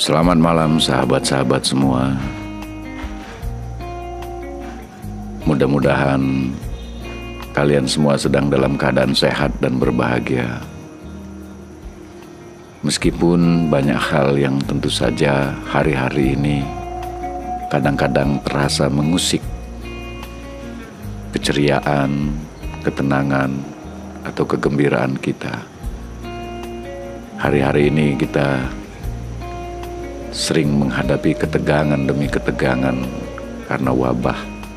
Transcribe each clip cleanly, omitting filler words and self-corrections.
Selamat malam sahabat-sahabat semua. Mudah-mudahan kalian semua sedang dalam keadaan sehat dan berbahagia. Meskipun banyak hal yang tentu saja hari-hari ini kadang-kadang terasa mengusik keceriaan, ketenangan, atau kegembiraan kita. Hari-hari ini kita sering menghadapi ketegangan demi ketegangan karena wabah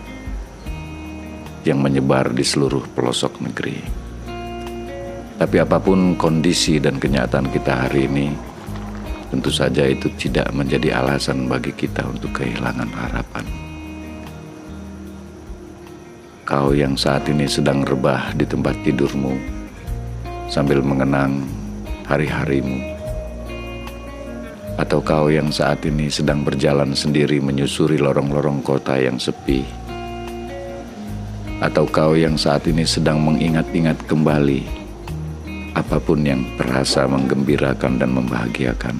yang menyebar di seluruh pelosok negeri. Tapi apapun kondisi dan kenyataan kita hari ini, tentu saja itu tidak menjadi alasan bagi kita untuk kehilangan harapan. Kau yang saat ini sedang rebah di tempat tidurmu sambil mengenang hari-harimu, atau kau yang saat ini sedang berjalan sendiri menyusuri lorong-lorong kota yang sepi, atau kau yang saat ini sedang mengingat-ingat kembali apapun yang terasa menggembirakan dan membahagiakan,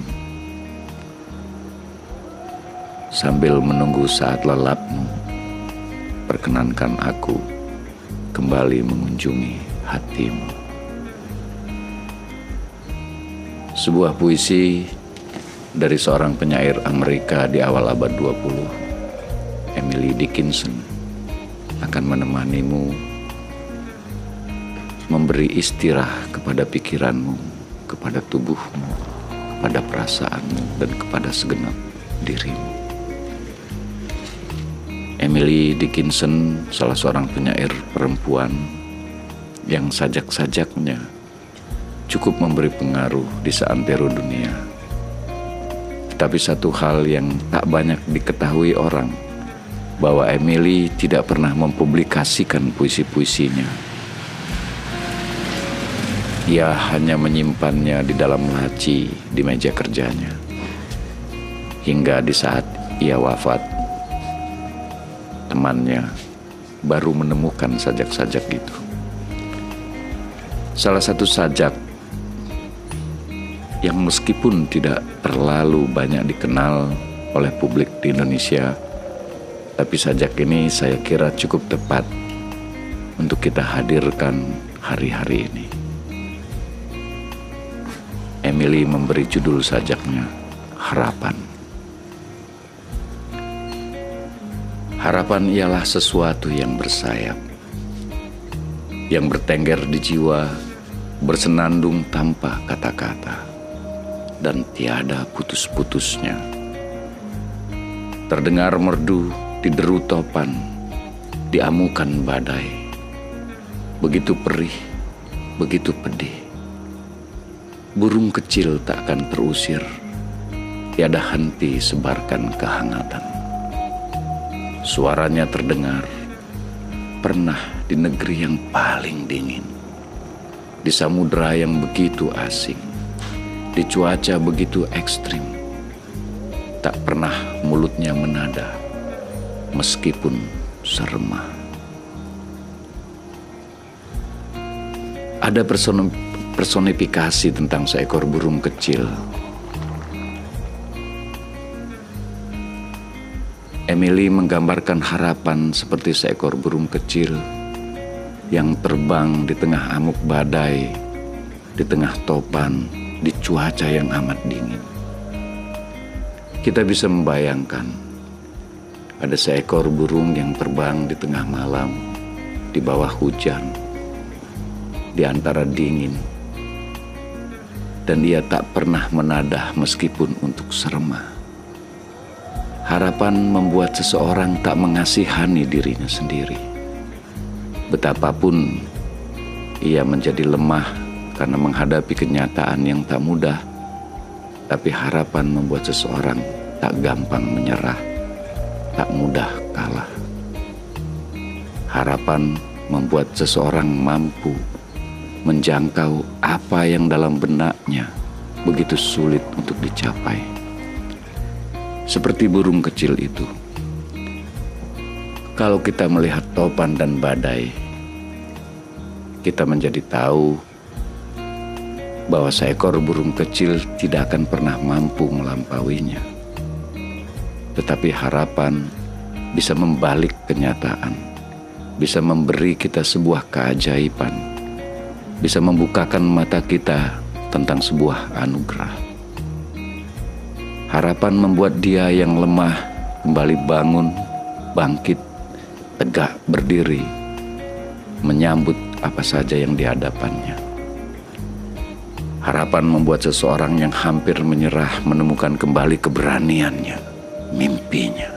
sambil menunggu saat lelapmu, perkenankan aku kembali mengunjungi hatimu. Sebuah puisi dari seorang penyair Amerika di awal abad 20, Emily Dickinson, akan menemanimu memberi istirahat kepada pikiranmu, kepada tubuhmu, kepada perasaanmu, dan kepada segenap dirimu. Emily Dickinson salah seorang penyair perempuan yang sajak-sajaknya cukup memberi pengaruh di seantero dunia. Tapi satu hal yang tak banyak diketahui orang, bahwa Emily tidak pernah mempublikasikan puisi-puisinya. Ia hanya menyimpannya di dalam laci di meja kerjanya. Hingga di saat ia wafat, temannya baru menemukan sajak-sajak itu. Salah satu sajak yang meskipun tidak terlalu banyak dikenal oleh publik di Indonesia, tapi sajak ini saya kira cukup tepat untuk kita hadirkan hari-hari ini. Emily memberi judul sajaknya Harapan. Harapan ialah sesuatu yang bersayap, yang bertengger di jiwa, bersenandung tanpa kata-kata, dan tiada putus-putusnya. Terdengar merdu, dideru topan, diamukan badai. Begitu perih, begitu pedih. Burung kecil tak akan terusir, tiada henti sebarkan kehangatan. Suaranya terdengar, pernah di negeri yang paling dingin, di samudera yang begitu asing, di cuaca begitu ekstrim. Tak pernah mulutnya menada, meskipun seremah. Ada personifikasi tentang seekor burung kecil. Emily menggambarkan harapan seperti seekor burung kecil yang terbang di tengah amuk badai, di tengah topan, di cuaca yang amat dingin. Kita bisa membayangkan ada seekor burung yang terbang di tengah malam, di bawah hujan, di antara dingin, dan ia tak pernah menadah meskipun untuk seremah. Harapan membuat seseorang tak mengasihani dirinya sendiri. Betapapun ia menjadi lemah karena menghadapi kenyataan yang tak mudah, tapi harapan membuat seseorang tak gampang menyerah, tak mudah kalah. Harapan membuat seseorang mampu menjangkau apa yang dalam benaknya begitu sulit untuk dicapai. Seperti burung kecil itu, kalau kita melihat topan dan badai, kita menjadi tahu bahwa seekor burung kecil tidak akan pernah mampu melampauinya. Tetapi harapan bisa membalik kenyataan, bisa memberi kita sebuah keajaiban, bisa membukakan mata kita tentang sebuah anugerah. Harapan membuat dia yang lemah kembali bangun, bangkit, tegak berdiri, menyambut apa saja yang dihadapannya. Harapan membuat seseorang yang hampir menyerah menemukan kembali keberaniannya, mimpinya.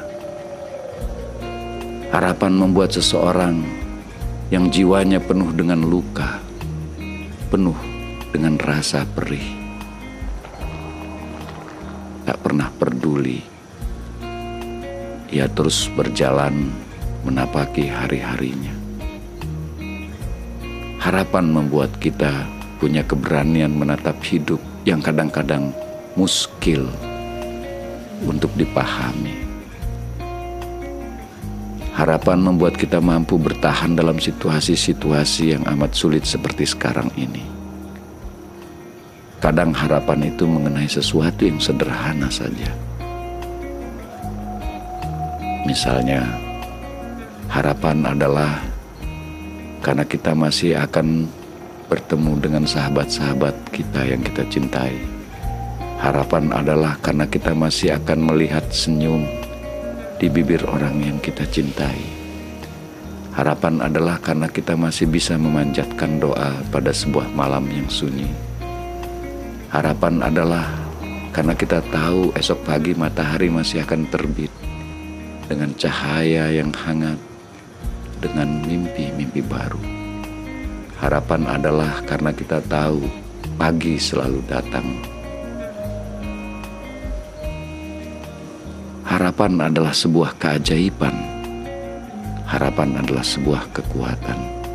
Harapan membuat seseorang yang jiwanya penuh dengan luka, penuh dengan rasa perih, tak pernah peduli. Ia terus berjalan menapaki hari-harinya. Harapan membuat kita punya keberanian menatap hidup yang kadang-kadang muskil untuk dipahami. Harapan membuat kita mampu bertahan dalam situasi-situasi yang amat sulit seperti sekarang ini. Kadang harapan itu mengenai sesuatu yang sederhana saja. Misalnya, harapan adalah karena kita masih akan bertemu dengan sahabat-sahabat kita yang kita cintai. Harapan adalah karena kita masih akan melihat senyum di bibir orang yang kita cintai. Harapan adalah karena kita masih bisa memanjatkan doa pada sebuah malam yang sunyi. Harapan adalah karena kita tahu esok pagi matahari masih akan terbit dengan cahaya yang hangat, dengan mimpi-mimpi baru. Harapan adalah karena kita tahu pagi selalu datang. Harapan adalah sebuah keajaiban. Harapan adalah sebuah kekuatan.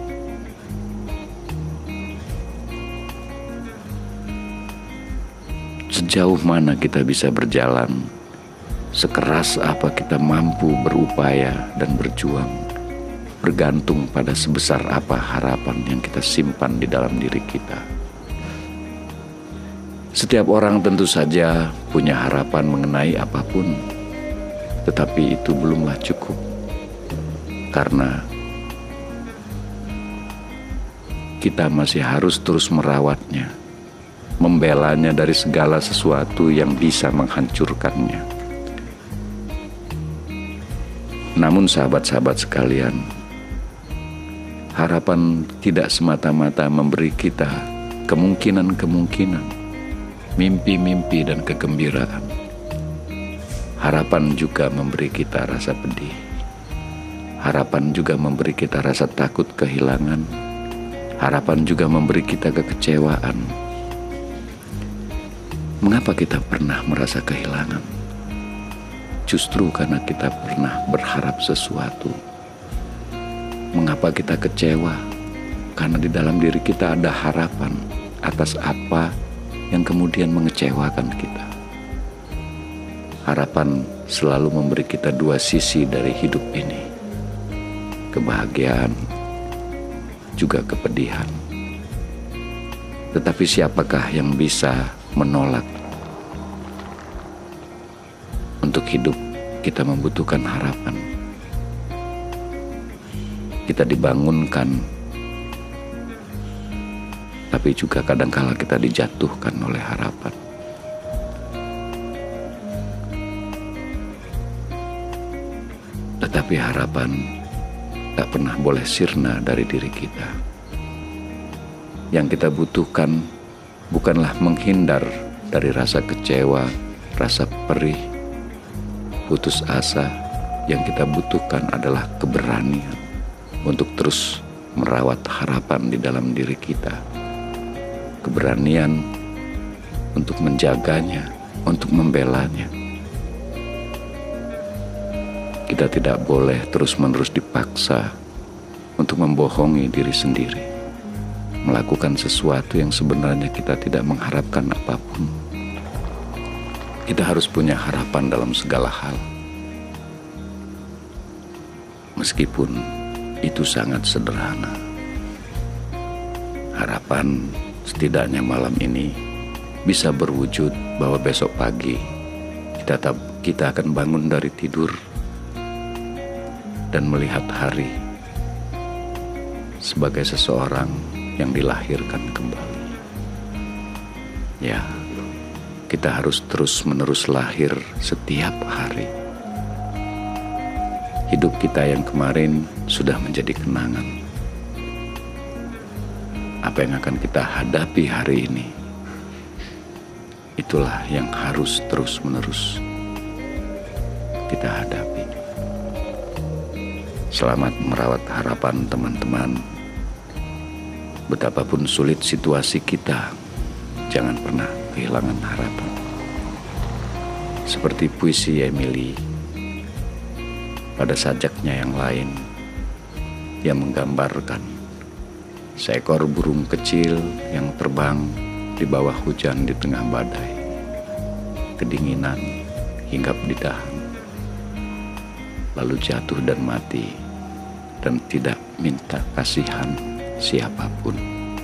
Sejauh mana kita bisa berjalan, sekeras apa kita mampu berupaya dan berjuang, bergantung pada sebesar apa harapan yang kita simpan di dalam diri kita. Setiap orang tentu saja punya harapan mengenai apapun, tetapi itu belumlah cukup, karena kita masih harus terus merawatnya, membelanya dari segala sesuatu yang bisa menghancurkannya. Namun sahabat-sahabat sekalian, harapan tidak semata-mata memberi kita kemungkinan-kemungkinan, mimpi-mimpi dan kegembiraan. Harapan juga memberi kita rasa pedih. Harapan juga memberi kita rasa takut kehilangan. Harapan juga memberi kita kekecewaan. Mengapa kita pernah merasa kehilangan? Justru karena kita pernah berharap sesuatu. Mengapa kita kecewa? Karena di dalam diri kita ada harapan atas apa yang kemudian mengecewakan kita. Harapan selalu memberi kita dua sisi dari hidup ini, kebahagiaan juga kepedihan. Tetapi siapakah yang bisa menolak? Untuk hidup kita membutuhkan harapan. Kita dibangunkan, tapi juga kadangkala kita dijatuhkan oleh harapan. Tetapi harapan tak pernah boleh sirna dari diri kita. Yang kita butuhkan bukanlah menghindar dari rasa kecewa, rasa perih, putus asa. Yang kita butuhkan adalah keberanian untuk terus merawat harapan di dalam diri kita. Keberanian untuk menjaganya, untuk membelanya. Kita tidak boleh terus-menerus dipaksa untuk membohongi diri sendiri, melakukan sesuatu yang sebenarnya kita tidak mengharapkan apapun. Kita harus punya harapan dalam segala hal, meskipun itu sangat sederhana. Harapan Setidaknya malam ini bisa berwujud bahwa besok pagi kita akan bangun dari tidur dan melihat hari sebagai seseorang yang dilahirkan kembali. Ya, kita harus terus-menerus lahir setiap hari. Hidup kita yang kemarin sudah menjadi kenangan. Apa yang akan kita hadapi hari ini, itulah yang harus terus-menerus kita hadapi. Selamat merawat harapan teman-teman. Betapapun sulit situasi kita, jangan pernah kehilangan harapan. Seperti puisi Emily, pada sajaknya yang lain, yang menggambarkan seekor burung kecil yang terbang di bawah hujan di tengah badai. Kedinginan hinggap di dahan, lalu jatuh dan mati, dan tidak minta kasihan siapapun.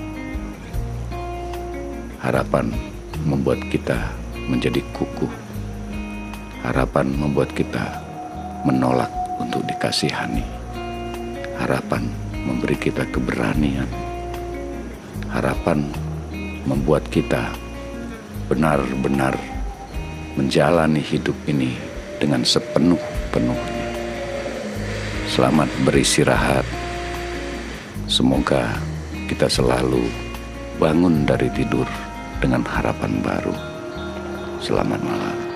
Harapan membuat kita menjadi kukuh. Harapan membuat kita menolak untuk dikasihani. Harapan memberi kita keberanian. Harapan membuat kita benar-benar menjalani hidup ini dengan sepenuh-penuhnya. Selamat beristirahat. Semoga kita selalu bangun dari tidur dengan harapan baru. Selamat malam.